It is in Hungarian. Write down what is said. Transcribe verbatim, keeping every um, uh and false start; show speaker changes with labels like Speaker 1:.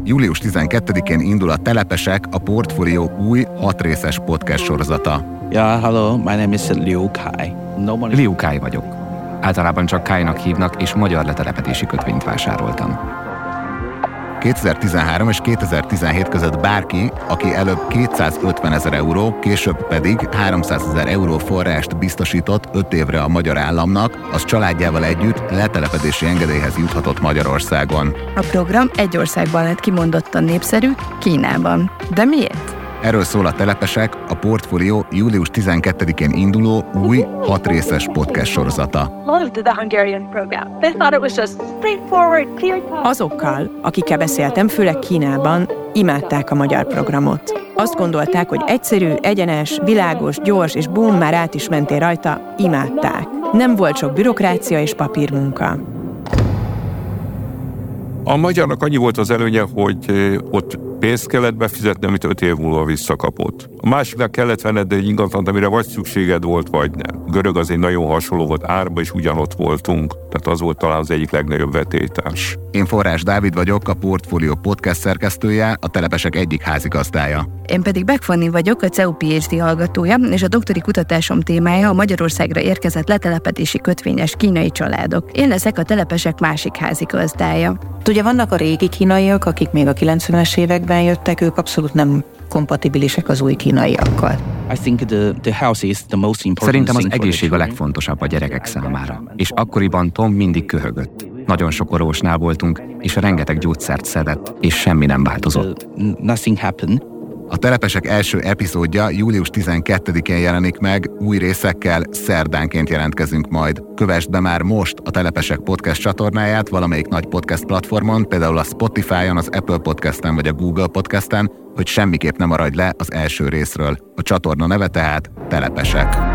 Speaker 1: július tizenkettedikén indul a Telepesek, a Portfólió új hatrészes podcast sorozata.
Speaker 2: Yeah, hello, my name is Liu Kai.
Speaker 3: Normally... Liu Kai vagyok. Általában csak Kai-nak hívnak, és magyar letelepedési kötvényt vásároltam.
Speaker 1: kétezer-tizenhárom és kétezer-tizenhét között bárki, aki előbb kétszázötvenezer euró, később pedig háromszázezer euró forrást biztosított öt évre a magyar államnak, az családjával együtt letelepedési engedélyhez juthatott Magyarországon.
Speaker 4: A program egy országban lett kimondottan népszerű, Kínában. De miért?
Speaker 1: Erről szól a Telepesek, a Portfólió július tizenkettedikén induló új hatrészes podcast sorozata.
Speaker 5: Azokkal, akikkel beszéltem, főleg Kínában, imádták a magyar programot. Azt gondolták, hogy egyszerű, egyenes, világos, gyors, és bum, már át is mentél rajta, imádták. Nem volt sok bürokrácia és papírmunka.
Speaker 6: A magyarnak annyi volt az előnye, hogy ott pénzt kellett befizetni, amit öt év múlva visszakapott. A másiknak kellett venned egy ingatlant, amire vagy szükséged volt, vagy nem. A görög azért nagyon hasonló volt, árba is ugyanott voltunk, tehát az volt talán az egyik legnagyobb vetétás.
Speaker 1: Én Forrás Dávid vagyok, a Portfólió podcast szerkesztője, a Telepesek egyik házigazdája.
Speaker 4: Én pedig Beck Fanni vagyok, a cé e u pé há dé hallgatója, és a doktori kutatásom témája a Magyarországra érkezett letelepedési kötvényes kínai családok. Én leszek a Telepesek másik házigazdája.
Speaker 5: Ugye vannak a régi kínaiak, akik még a kilencvenes években jöttek, ők abszolút nem kompatibilisek az új kínaiakkal.
Speaker 2: I think the, the house is the most important.
Speaker 3: Szerintem az egészség a legfontosabb a gyerekek számára. És akkoriban Tom mindig köhögött. Nagyon sok orvosnál voltunk, és rengeteg gyógyszert szedett, és semmi nem változott.
Speaker 2: Nothing happened.
Speaker 1: A Telepesek első epizódja július tizenkettedikén jelenik meg, új részekkel szerdánként jelentkezünk majd. Kövesd be már most a Telepesek podcast csatornáját valamelyik nagy podcast platformon, például a Spotify-on, az Apple Podcasten vagy a Google Podcasten, hogy semmiképp ne maradj le az első részről. A csatorna neve tehát Telepesek.